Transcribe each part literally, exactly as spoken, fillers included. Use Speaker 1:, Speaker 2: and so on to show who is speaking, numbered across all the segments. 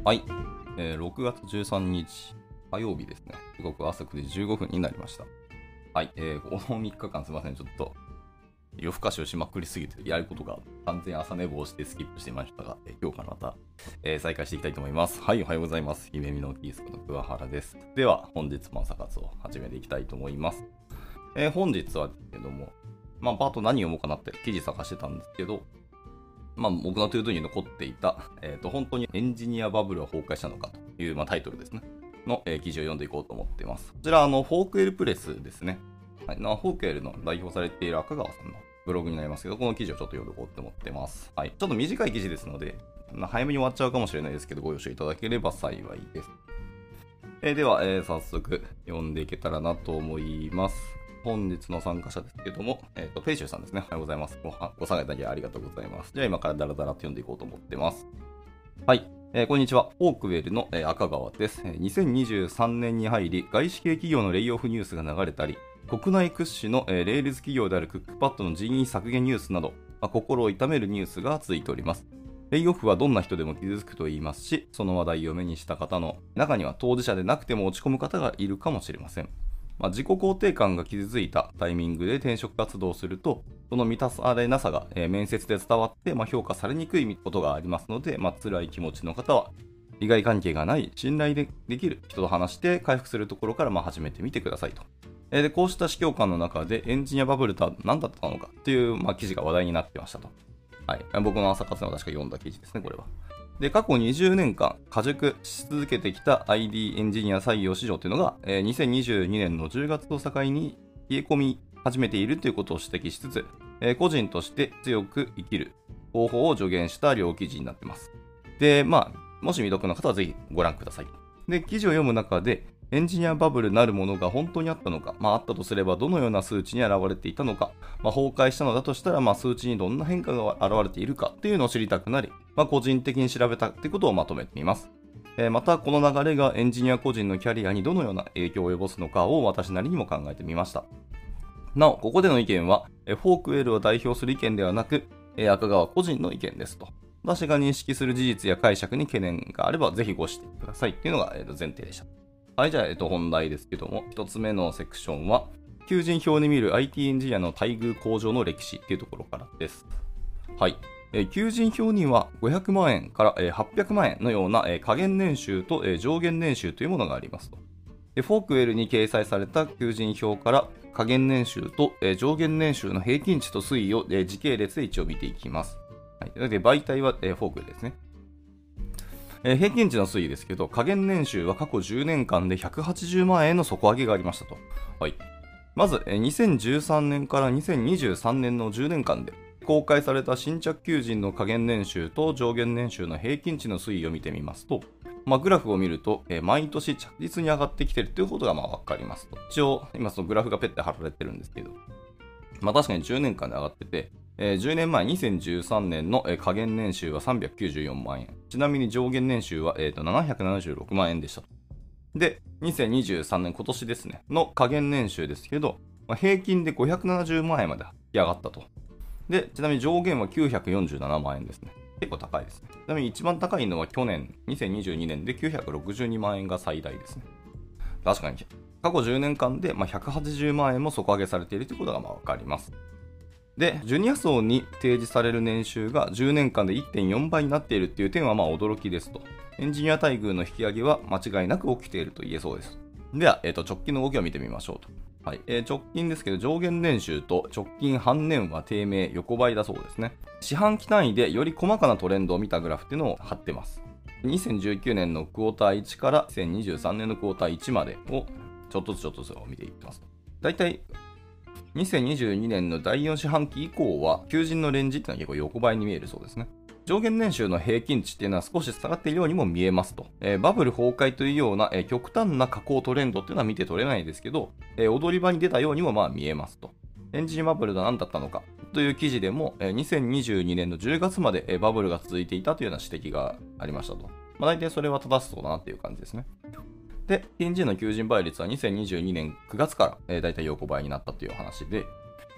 Speaker 1: はい、えー、ろくがつじゅうさんにち火曜日ですね。時刻は朝くじじゅうごふんになりました。はい、えー、このみっかかんすいません、ちょっと夜更かしをしまくりすぎてやることが完全朝寝坊してスキップしていましたが、えー、今日からまた、えー、再開していきたいと思います。はい、おはようございます。夢見のキースコの桑原です。では、本日も朝活を始めていきたいと思います。えー、本日はですけども、まあ、パート何読もうかなって記事探してたんですけど、まあ、僕のトゥードゥに残っていた、えーと、本当にエンジニアバブルは崩壊したのかという、まあ、タイトルですね。の、えー、記事を読んでいこうと思っています。こちら、あの、フォークエルプレスですね。はい、フォークエルの代表されている赤川さんのブログになりますけど、この記事をちょっと読んでいこうと思ってます。はい。ちょっと短い記事ですので、早めに終わっちゃうかもしれないですけど、ご了承いただければ幸いです。えー、では、えー、早速読んでいけたらなと思います。本日の参加者ですけども、えっ、ー、と、ペイシューさんですね。おはようございます。ご, ご参加いただきありがとうございます。じゃあ今からダラダラと読んでいこうと思ってます。はい。えー、こんにちは。フォークウェルの、えー、赤川です。にせんにじゅうさんねんに入り、外資系企業のレイオフニュースが流れたり、国内屈指の、えー、レールズ企業であるクックパッドの人員削減ニュースなど、まあ、心を痛めるニュースが続いております。レイオフはどんな人でも傷つくと言いますし、その話題を目にした方の中には当事者でなくても落ち込む方がいるかもしれません。まあ、自己肯定感が傷ついたタイミングで転職活動をすると、その満たされなさが、えー、面接で伝わって、まあ、評価されにくいことがありますので、まあ、辛い気持ちの方は、利害関係がない、信頼でできる人と話して回復するところからまあ始めてみてくださいと。えー、でこうした指標感の中でエンジニアバブルとは何だったのかという、まあ、記事が話題になってましたと。はい、僕の朝活の確か読んだ記事ですね、これは。で、過去にじゅうねんかん過熟し続けてきた アイディー エンジニア採用市場というのが、えー、にせんにじゅうにねんのじゅうがつを境に冷え込み始めているということを指摘しつつ、えー、個人として強く生きる方法を助言した両記事になっています。で、まあ、もし未読の方はぜひご覧ください。で、記事を読む中で、エンジニアバブルなるものが本当にあったのか、まあ、あったとすればどのような数値に現れていたのか、まあ、崩壊したのだとしたら、まあ、数値にどんな変化が現れているかっていうのを知りたくなり、まあ、個人的に調べたってことをまとめてみます。えー、また、この流れがエンジニア個人のキャリアにどのような影響を及ぼすのかを私なりにも考えてみました。なお、ここでの意見は、フォークウェルを代表する意見ではなく、赤川個人の意見ですと。私が認識する事実や解釈に懸念があれば、ぜひご指摘くださいっていうのが前提でした。はい、じゃあ、えっと、本題ですけども、一つ目のセクションは、求人票に見る アイティー エンジニアの待遇向上の歴史っていうところからです。はい。えー、求人票にはごひゃくまんえんから、えー、はっぴゃくまんえんのような、えー、下限年収と、えー、上限年収というものがありますと。でフォークウェルに掲載された求人票から下限年収と、えー、上限年収の平均値と推移を、えー、時系列で一応見ていきます。はい、で媒体は、えー、フォークウェルですね。えー、平均値の推移ですけど、下限年収は過去じゅうねんかんでひゃくはちじゅうまんえんの底上げがありましたと。はい、まず、えー、にせんじゅうさんねんからにせんにじゅうさんねんのじゅうねんかんで公開された新着求人の下限年収と上限年収の平均値の推移を見てみますと、まあ、グラフを見ると、えー、毎年着実に上がってきているということがまあ分かりますと。一応、今そのグラフがペッて貼られてるんですけど、まあ、確かにじゅうねんかんで上がってて、えー、じゅうねんまえにせんじゅうさんねんの、えー、下限年収はさんびゃくきゅうじゅうよんまんえん。ちなみに上限年収は、えー、とななひゃくななじゅうろくまんえんでしたと。で、にせんにじゅうさんねん、今年ですね、の下限年収ですけど、まあ、平均でごひゃくななじゅうまんえんまで引き上がったと。で、ちなみに上限はきゅうひゃくよんじゅうななまんえんですね。結構高いですね。ちなみに一番高いのは去年、にせんにじゅうにねんできゅうひゃくろくじゅうにまんえんが最大ですね。確かに、過去じゅうねんかんで、まあ、ひゃくはちじゅうまんえんも底上げされているということがまあ分かります。で、ジュニア層に提示される年収がじゅうねんかんで いってんよん 倍になっているという点はまあ驚きですと。エンジニア待遇の引き上げは間違いなく起きていると言えそうです。では、えー、と直近の動きを見てみましょうと。はいえー、直近ですけど、上限年収と直近半年は低迷、横ばいだそうですね。四半期単位でより細かなトレンドを見たグラフっていうのを貼ってます。にせんじゅうきゅうねんのクォーターいちからにせんにじゅうさんねんのクォーターいちまでをちょっとずつちょっとずつ見ていってます。だいたいにせんにじゅうにねんのだいよん四半期以降は求人のレンジっていうのは結構横ばいに見えるそうですね。上限年収の平均値っていうのは少し下がっているようにも見えますと。えー、バブル崩壊というような、えー、極端な下降トレンドっていうのは見て取れないですけど、えー、踊り場に出たようにもまあ見えますと。エンジニアバブルが何だったのかという記事でも、えー、にせんにじゅうにねんのじゅうがつまで、えー、バブルが続いていたというような指摘がありましたと。まあ、大体それは正しそうだなっていう感じですね。で、ティーエヌジー の求人倍率はにせんにじゅうにねんくがつから、えー、大体横ばいになったという話で、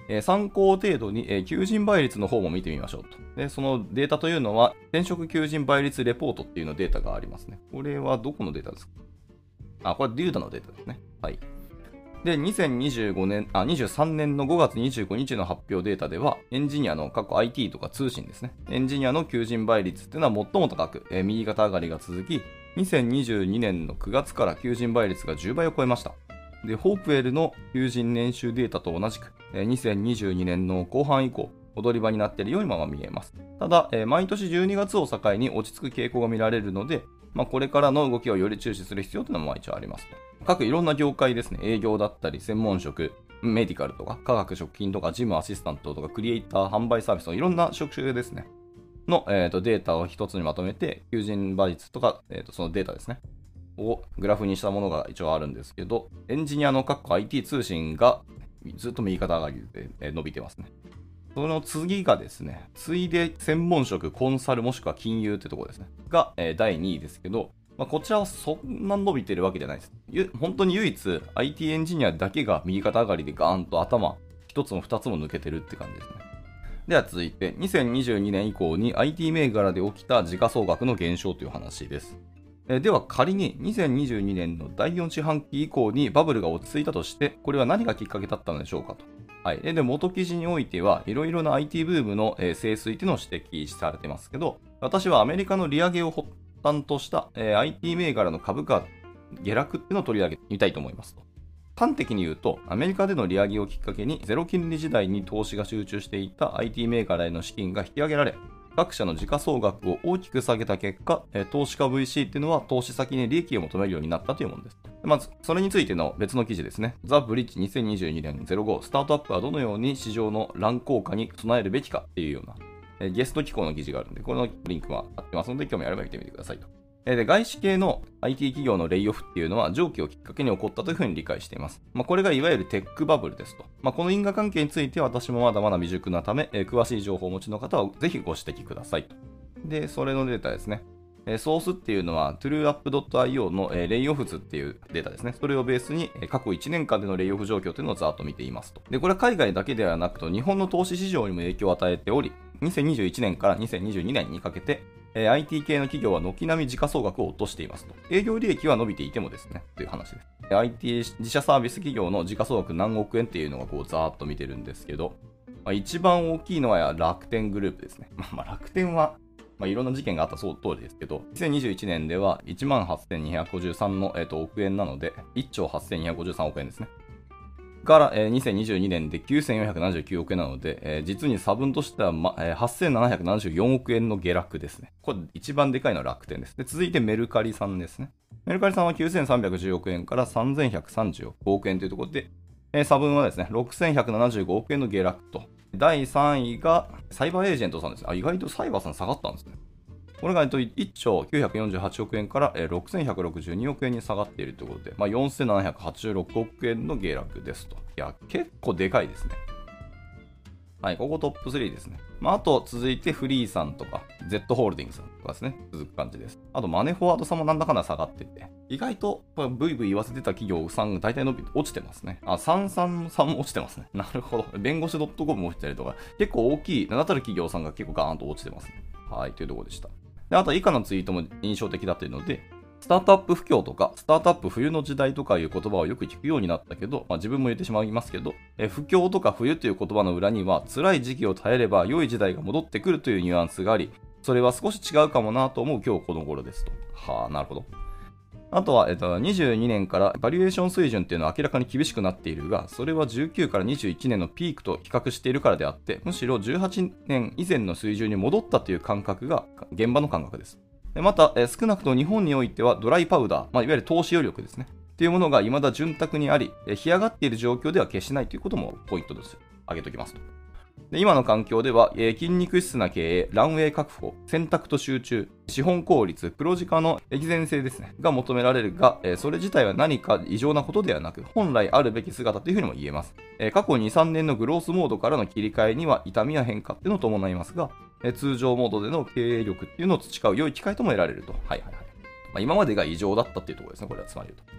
Speaker 1: えー、参考程度に、えー、求人倍率の方も見てみましょうと。で、そのデータというのは、転職求人倍率レポートっていうのデータがありますね。これはどこのデータですか？あ、これデューダのデータですね。はい。で、にせんにじゅうごねん、あ、にじゅうさんねんのごがつにじゅうごにちの発表データでは、エンジニアの、過去 アイティー とか通信ですね。エンジニアの求人倍率っていうのは最も高く、えー、右肩上がりが続き、にせんにじゅうにねんのくがつから求人倍率がじゅうばいを超えました。で、ホープウェルの求人年収データと同じく、えー、にせんにじゅうにねんの後半以降、踊り場になっているようにも見えます。ただ、えー、毎年じゅうにがつを境に落ち着く傾向が見られるので、まあ、これからの動きをより注視する必要というのも一応ありますと。各いろんな業界ですね、営業だったり、専門職、メディカルとか、科学食品とか、事務アシスタントとか、クリエイター、販売サービスとか、いろんな職種ですね、の、えー、とデータを一つにまとめて、求人倍率とか、えー、とそのデータですね、をグラフにしたものが一応あるんですけど、エンジニアの各 アイティー 通信がずっと右肩上がりで伸びてますね。その次がですね、次いで専門職、コンサルもしくは金融ってところですね。が、えー、だいにいですけど、まあ、こちらはそんな伸びてるわけじゃないです。本当に唯一 アイティー エンジニアだけが右肩上がりでガーンと頭一つも二つも抜けてるって感じですね。では続いて、にせんにじゅうにねん以降に アイティー 銘柄で起きた時価総額の減少という話です。えでは仮ににせんにじゅうにねんのだいよん四半期以降にバブルが落ち着いたとして、これは何がきっかけだったのでしょうかと。はい。で、元記事においては、いろいろな アイティー ブームの盛衰というのを指摘されてますけど、私はアメリカの利上げを発端とした、えー、アイティー 銘柄の株価下落っていうのを取り上げてみたいと思いますと。端的に言うと、アメリカでの利上げをきっかけに、ゼロ金利時代に投資が集中していた アイティー 銘柄への資金が引き上げられ、各社の時価総額を大きく下げた結果、投資家 ブイシー っていうのは投資先に利益を求めるようになったというものです。まず、それについての別の記事ですね。ザ・ブリッジにせんにじゅうにねんゼロごスタートアップはどのように市場の乱高下に備えるべきかっていうようなゲスト機構の記事があるので、このリンクは貼ってますので、興味あれば見てみてくださいと。で、外資系の アイティー 企業のレイオフっていうのは上記をきっかけに起こったというふうに理解しています。まあ、これがいわゆるテックバブルですと。まあ、この因果関係については私もまだまだ未熟なため、えー、詳しい情報をお持ちの方はぜひご指摘くださいと。で、それのデータですね。ソースっていうのは トゥルーアップドットアイオー のレイオフ図っていうデータですね。それをベースに過去いちねんかんでのレイオフ状況というのをざーっと見ていますと。で、これは海外だけではなくと日本の投資市場にも影響を与えており、にせんにじゅういちねんからにせんにじゅうにねんにかけて アイティー 系の企業は軒並み時価総額を落としていますと。営業利益は伸びていてもですね、という話です。アイティー 自社サービス企業の時価総額何億円っていうのがこうざーっと見てるんですけど、まあ、一番大きいのは楽天グループですね。まあ、まあ楽天はまあ、いろんな事件があったそう通りですけど、にせんにじゅういちねんではいちまんはっせんにひゃくごじゅうさんの、えー、と億円なので、いっちょうはっせんにひゃくごじゅうさんおく円ですね。から、えー、にせんにじゅうにねんできゅうせんよんひゃくななじゅうきゅうおく円なので、えー、実に差分としては、まえー、はっせんななひゃくななじゅうよんおく円の下落ですね。これ一番でかいのは楽天です。で、続いてメルカリさんですね。メルカリさんはきゅうせんさんびゃくじゅうおく円からさんぜんひゃくさんじゅうごおく円というところで、えー、差分はですね、ろくせんひゃくななじゅうごおく円の下落と。だいさんいがサイバーエージェントさんですね。あ、意外とサイバーさん下がったんですね。これがいっちょうきゅうひゃくよんじゅうはちおく円からろくせんひゃくろくじゅうにおく円に下がっているということで、まあ、よんせんななひゃくはちじゅうろくおく円の下落ですと。いや、結構でかいですね。はい、ここトップスリーですね。まあ、あと続いてフリーさんとか Z ホールディングスとかですね、続く感じです。あとマネーフォワードさんもなんだかんだ下がってて、意外とブイブイ言わせてた企業さんが大体伸びて落ちてますね。あ、さんさんさんも落ちてますね。なるほど。弁護士 .com も落ちたりとか、結構大きい名だたる企業さんが結構ガーンと落ちてますね。はい、というところでした。で、あと以下のツイートも印象的だというので、スタートアップ不況とか、スタートアップ冬の時代とかいう言葉をよく聞くようになったけど、まあ、自分も言ってしまいますけど、え不況とか冬という言葉の裏には、辛い時期を耐えれば良い時代が戻ってくるというニュアンスがあり、それは少し違うかもなと思う今日この頃ですと。はあ、なるほど。あとは、えっと、にじゅうにねんからバリュエーション水準っていうのは明らかに厳しくなっているが、それはじゅうきゅうからにじゅういちねんのピークと比較しているからであって、むしろじゅうはちねん以前の水準に戻ったという感覚が現場の感覚です。また、え少なくとも日本においてはドライパウダー、まあ、いわゆる投資余力ですね。というものが未だ潤沢にあり、え干上がっている状況では決しないということもポイントです。挙げておきますと。で今の環境では、えー、筋肉質な経営、ランウェイ確保、選択と集中、資本効率、黒字化の益善性ですね、が求められるが、えー、それ自体は何か異常なことではなく、本来あるべき姿というふうにも言えます。えー、過去に、さんねんのグロースモードからの切り替えには痛みや変化っていうのを伴いますが、えー、通常モードでの経営力っていうのを培う良い機会とも得られると。はいはいはい。まあ、今までが異常だったっていうところですね、これはつまり言うと。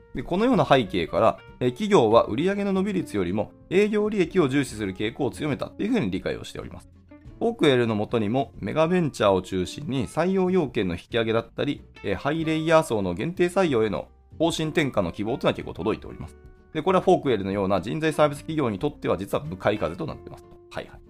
Speaker 1: でこのような背景から、えー、企業は売上の伸び率よりも営業利益を重視する傾向を強めたというふうに理解をしております。フォークウェルの下にもメガベンチャーを中心に採用要件の引き上げだったり、えー、ハイレイヤー層の限定採用への方針転換の希望というのは結構届いております。で、これはフォークウェルのような人材サービス企業にとっては実は向かい風となっています。はいはい。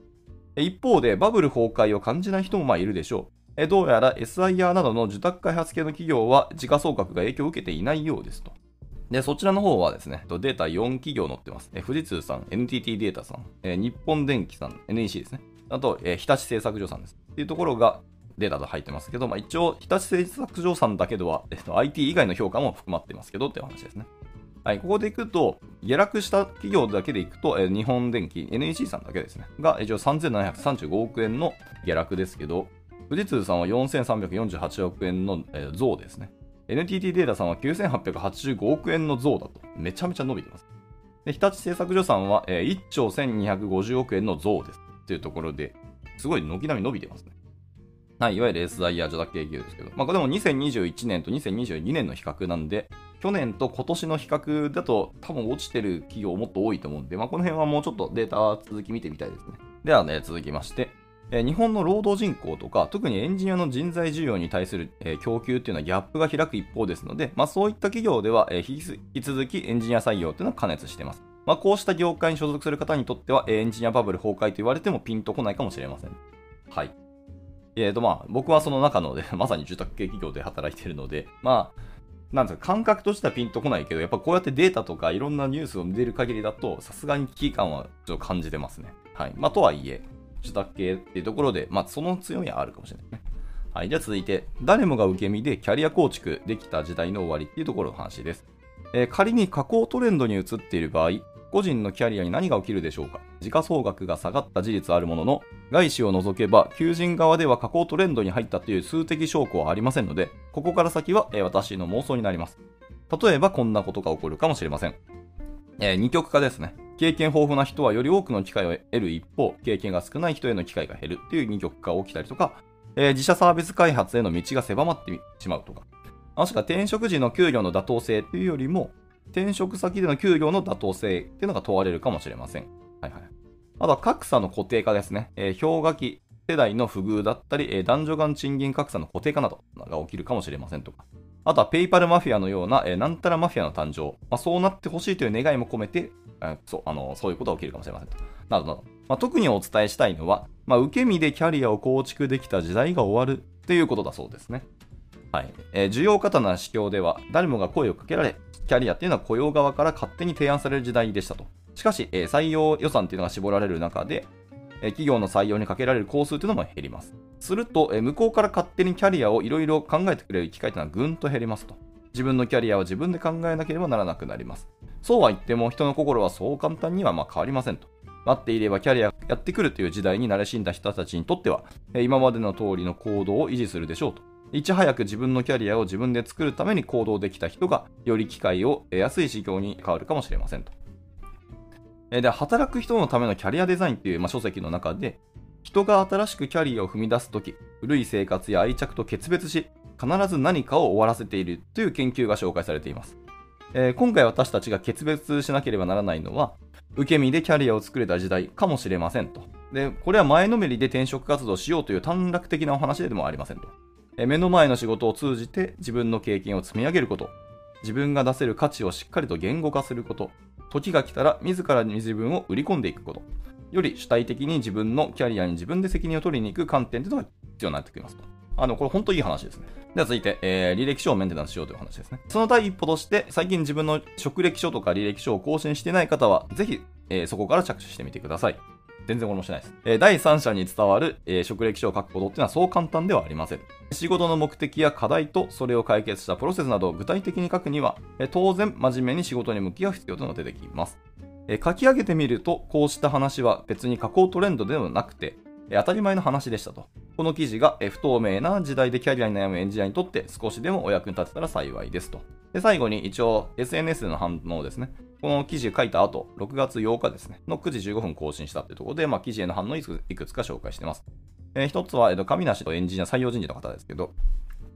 Speaker 1: 一方でバブル崩壊を感じない人もまあいるでしょう。えどうやら エスアイアール などの受託開発系の企業は時価総額が影響を受けていないようですと。で、そちらの方はですね、データよん企業載ってます。え富士通さん、エヌティーティー データさん、え日本電機さん、エヌイーシー ですね。あと、え日立製作所さんです。っていうところがデータと入ってますけど、まあ、一応、日立製作所さんだけでは、えっと、アイティー 以外の評価も含まってますけどっていう話ですね。はい、ここでいくと、下落した企業だけでいくと、え日本電機、エヌイーシー さんだけですね。が、一応さんぜんななひゃくさんじゅうごおくえんの下落ですけど、富士通さんはよんせんさんびゃくよんじゅうはちおくえんの、えー、増ですね。エヌティーティー データさんはきゅうせんはっぴゃくはちじゅうごおくえんの増だと。めちゃめちゃ伸びてます。で、日立製作所さんは、えー、いっちょうせんにひゃくごじゅうおくえんの増です。っていうところで、すごい軒並み伸びてますね。はい、いわゆる エスアイアール 受託系企業ですけど、まあ、これでもにせんにじゅういちねんとにせんにじゅうにねんの比較なんで、去年と今年の比較だと多分落ちてる企業もっと多いと思うんで、まあ、この辺はもうちょっとデータ続き見てみたいですね。ではね、続きまして、えー、日本の労働人口とか、特にエンジニアの人材需要に対する、えー、供給っていうのはギャップが開く一方ですので、まあ、そういった企業では、えー、引き続きエンジニア採用っていうのは加熱しています。まあ、こうした業界に所属する方にとっては、エンジニアバブル崩壊と言われてもピンとこないかもしれません。はい。えーとまあ、僕はその中ので、まさに住宅系企業で働いているので、まあ、なんですか、感覚としてはピンとこないけど、やっぱこうやってデータとかいろんなニュースを見てる限りだと、さすがに危機感はちょっと感じてますね。はい。まあ、とはいえ、住宅系っていうところで、まあ、その強みはあるかもしれないね。はい。じゃあ続いて、誰もが受け身でキャリア構築できた時代の終わりっていうところの話です。えー、仮に下降トレンドに移っている場合、個人のキャリアに何が起きるでしょうか。時価総額が下がった事実あるものの、外資を除けば求人側では下降トレンドに入ったという数的証拠はありませんので、ここから先は、えー、私の妄想になります。例えばこんなことが起こるかもしれません。えー、二極化ですね。経験豊富な人はより多くの機会を得る一方、経験が少ない人への機会が減るという二極化が起きたりとか、えー、自社サービス開発への道が狭まってしまうとか、もしくは転職時の給料の妥当性というよりも、転職先での給料の妥当性っていうのが問われるかもしれません。はいはい。あとは格差の固定化ですね。えー、氷河期世代の不遇だったり、えー、男女間賃金格差の固定化などが起きるかもしれませんとか。あとはペイパルマフィアのような、えー、なんたらマフィアの誕生。まあ、そうなってほしいという願いも込めて、えー、そう、あの、そういうことが起きるかもしれませんと。などなど。まあ、特にお伝えしたいのは、まあ、受け身でキャリアを構築できた時代が終わるということだそうですね。はい。えー、需要過多な市況では、誰もが声をかけられ、キャリアっていうのは雇用側から勝手に提案される時代でしたと。しかし、えー、採用予算っていうのが絞られる中で、えー、企業の採用にかけられる工数っていうのも減ります。すると、えー、向こうから勝手にキャリアをいろいろ考えてくれる機会っていうのはぐんと減りますと。自分のキャリアを自分で考えなければならなくなります。そうは言っても、人の心はそう簡単にはまあ変わりませんと。待っていればキャリアやってくるという時代に慣れ親んだ人たちにとっては、えー、今までの通りの行動を維持するでしょうと。いち早く自分のキャリアを自分で作るために行動できた人が、より機会を得やすい市況に変わるかもしれませんと。で、働く人のためのキャリアデザインという、まあ、書籍の中で、人が新しくキャリアを踏み出すとき、古い生活や愛着と決別し、必ず何かを終わらせているという研究が紹介されています。えー、今回私たちが決別しなければならないのは、受け身でキャリアを作れた時代かもしれませんと。で、これは前のめりで転職活動をしようという短絡的なお話でもありませんと。目の前の仕事を通じて自分の経験を積み上げること、自分が出せる価値をしっかりと言語化すること、時が来たら自らに自分を売り込んでいくこと、より主体的に自分のキャリアに自分で責任を取りに行く観点というのが必要になってきますと。あの、これ本当にいい話ですね。では続いて、えー、履歴書をメンテナンスしようという話ですね。その第一歩として、最近自分の職歴書とか履歴書を更新していない方は、ぜひ、えー、そこから着手してみてください。全然俺もしてないです。えー、第三者に伝わる、えー、職歴書を書くことっていうのはそう簡単ではありません。仕事の目的や課題とそれを解決したプロセスなどを具体的に書くには、えー、当然真面目に仕事に向き合う必要というのが出てきます。えー、書き上げてみると、こうした話は別に下降トレンドではなくて、えー、当たり前の話でしたと。この記事が、えー、不透明な時代でキャリアに悩むエンジニアにとって少しでもお役に立てたら幸いですと。で、最後に一応 エスエヌエス での反応ですね。この記事を書いた後、ろくがつようかですね、のくじじゅうごふん更新したっていうところで、まあ、記事への反応をいくつか紹介しています。えー、一つは、えっと、神梨とエンジニア採用人事の方ですけど、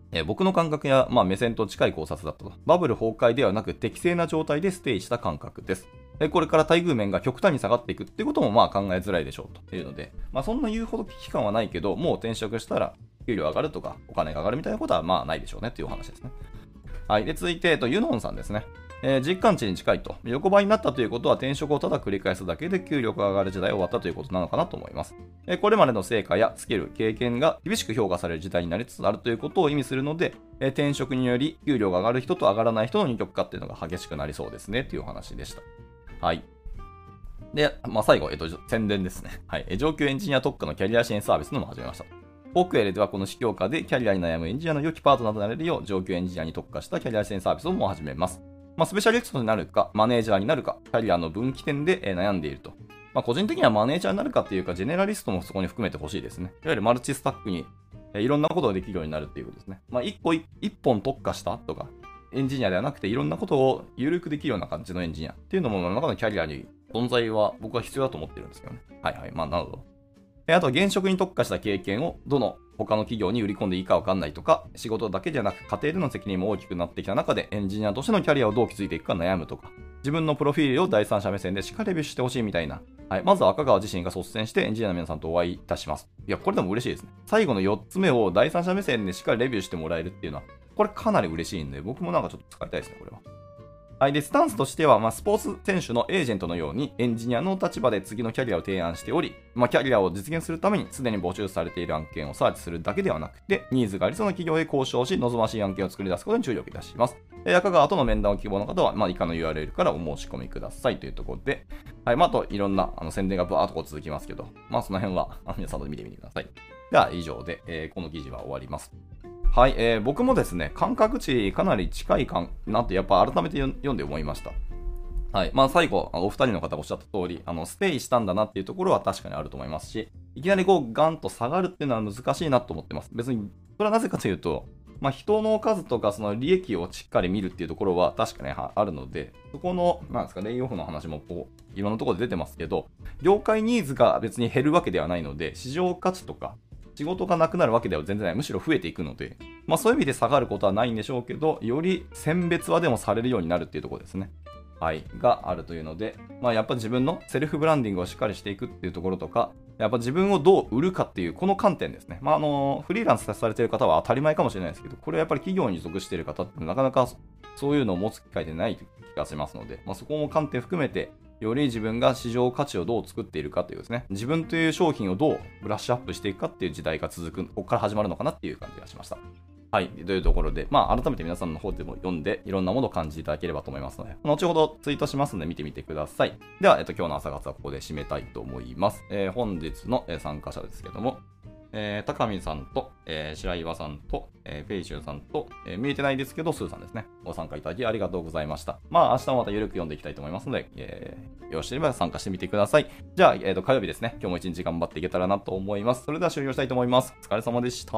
Speaker 1: えー、僕の感覚や、まあ、目線と近い考察だったと。バブル崩壊ではなく適正な状態でステイした感覚です。えー、これから待遇面が極端に下がっていくっていうこともまあ考えづらいでしょうというので、まあ、そんな言うほど危機感はないけど、もう転職したら給料上がるとかお金が上がるみたいなことはまあないでしょうねっていうお話ですね。はい。で、続いて、えっと、ユノンさんですね。えー、実感値に近いと。横ばいになったということは転職をただ繰り返すだけで給料が上がる時代が終わったということなのかなと思います。えー、これまでの成果やスキル、経験が厳しく評価される時代になりつつあるということを意味するので、えー、転職により給料が上がる人と上がらない人の二極化っていうのが激しくなりそうですねというお話でした。はい。で、まあ、最後、えっと、宣伝ですね。はい。上級エンジニア特化のキャリア支援サービスのも始めました。オークエルではこの試教科でキャリアに悩むエンジニアの良きパートナーとなれるよう上級エンジニアに特化したキャリア支援サービスをもう始めます。まあ、スペシャリストになるか、マネージャーになるか、キャリアの分岐点で悩んでいると。まあ、個人的にはマネージャーになるかっていうか、ジェネラリストもそこに含めてほしいですね。いわゆるマルチスタックにいろんなことができるようになるっていうことですね。まあ、一個一本特化したとか、エンジニアではなくていろんなことを緩くできるような感じのエンジニアっていうのも、中のキャリアに存在は僕は必要だと思ってるんですけどね。はいはい。まあ、なるほど。あとは現職に特化した経験をどの他の企業に売り込んでいいか分かんないとか、仕事だけじゃなく家庭での責任も大きくなってきた中でエンジニアとしてのキャリアをどう築いていくか悩むとか、自分のプロフィールを第三者目線でしっかりレビューしてほしいみたいな。はい。まずは赤川自身が率先してエンジニアの皆さんとお会いいたします。いや、これでも嬉しいですね。最後のよっつめを第三者目線でしっかりレビューしてもらえるっていうのは、これかなり嬉しいんで、僕もなんかちょっと使いたいですね、これは。はい。で、スタンスとしては、まあ、スポーツ選手のエージェントのように、エンジニアの立場で次のキャリアを提案しており、まあ、キャリアを実現するために、すでに募集されている案件をサーチするだけではなくて、ニーズがありそうな企業へ交渉し、望ましい案件を作り出すことに注力いたします。赤川との面談を希望の方は、まあ、以下の ユーアールエル からお申し込みくださいというところで、はい。まあ、あと、いろんなあの宣伝がバーっとこう続きますけど、まあ、その辺は、皆さんと見てみてください。では、以上で、えー、この記事は終わります。はい、えー、僕もですね、感覚値かなり近いかなって、やっぱ改めて読んで思いました。はい。まあ最後、お二人の方がおっしゃった通り、あの、ステイしたんだなっていうところは確かにあると思いますし、いきなりこうガンと下がるっていうのは難しいなと思ってます。別に、それはなぜかというと、まあ人の数とかその利益をしっかり見るっていうところは確かにあるので、そこの、なんですか、レイオフの話もこう、いろんなところで出てますけど、業界ニーズが別に減るわけではないので、市場価値とか、仕事がなくなるわけでは全然ない。むしろ増えていくので、まあそういう意味で下がることはないんでしょうけど、より選別はでもされるようになるっていうところですね。はい。があるというので、まあやっぱ自分のセルフブランディングをしっかりしていくっていうところとか、やっぱ自分をどう売るかっていう、この観点ですね。まああの、フリーランスされている方は当たり前かもしれないですけど、これはやっぱり企業に属している方ってなかなかそういうのを持つ機会でない気がしますので、まあそこも観点含めて、より自分が市場価値をどう作っているかというですね、自分という商品をどうブラッシュアップしていくかっていう時代が続く、ここから始まるのかなっていう感じがしました。はい。というところで、まあ改めて皆さんの方でも読んで、いろんなものを感じていただければと思いますので、後ほどツイートしますので見てみてください。では、えっと、今日の朝活はここで締めたいと思います。えー、本日の参加者ですけども、えー、高見さんと、えー、白岩さんと、えー、ペイシューさんと、えー、見えてないですけど、スーさんですね。ご参加いただきありがとうございました。まあ、明日もまたゆるく読んでいきたいと思いますので、えー、よろしければ参加してみてください。じゃあ、えーと、火曜日ですね。今日も一日頑張っていけたらなと思います。それでは終了したいと思います。お疲れ様でした。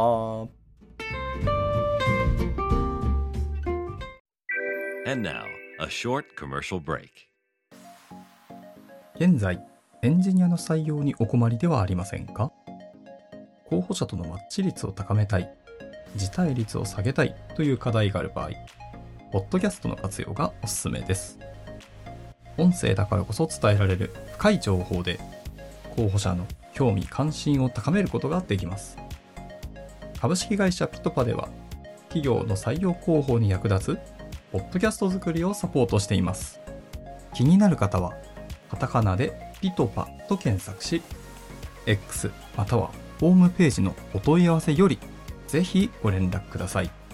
Speaker 2: And now, a short commercial break.
Speaker 3: 現在、エンジニアの採用にお困りではありませんか？候補者とのマッチ率を高めたい、辞退率を下げたいという課題がある場合、ポッドキャストの活用がおすすめです。音声だからこそ伝えられる深い情報で、候補者の興味関心を高めることができます。株式会社ピトパでは、企業の採用広報に役立つポッドキャスト作りをサポートしています。気になる方は、カタカナでピトパと検索し、X またはホームページのお問い合わせよりぜひご連絡ください。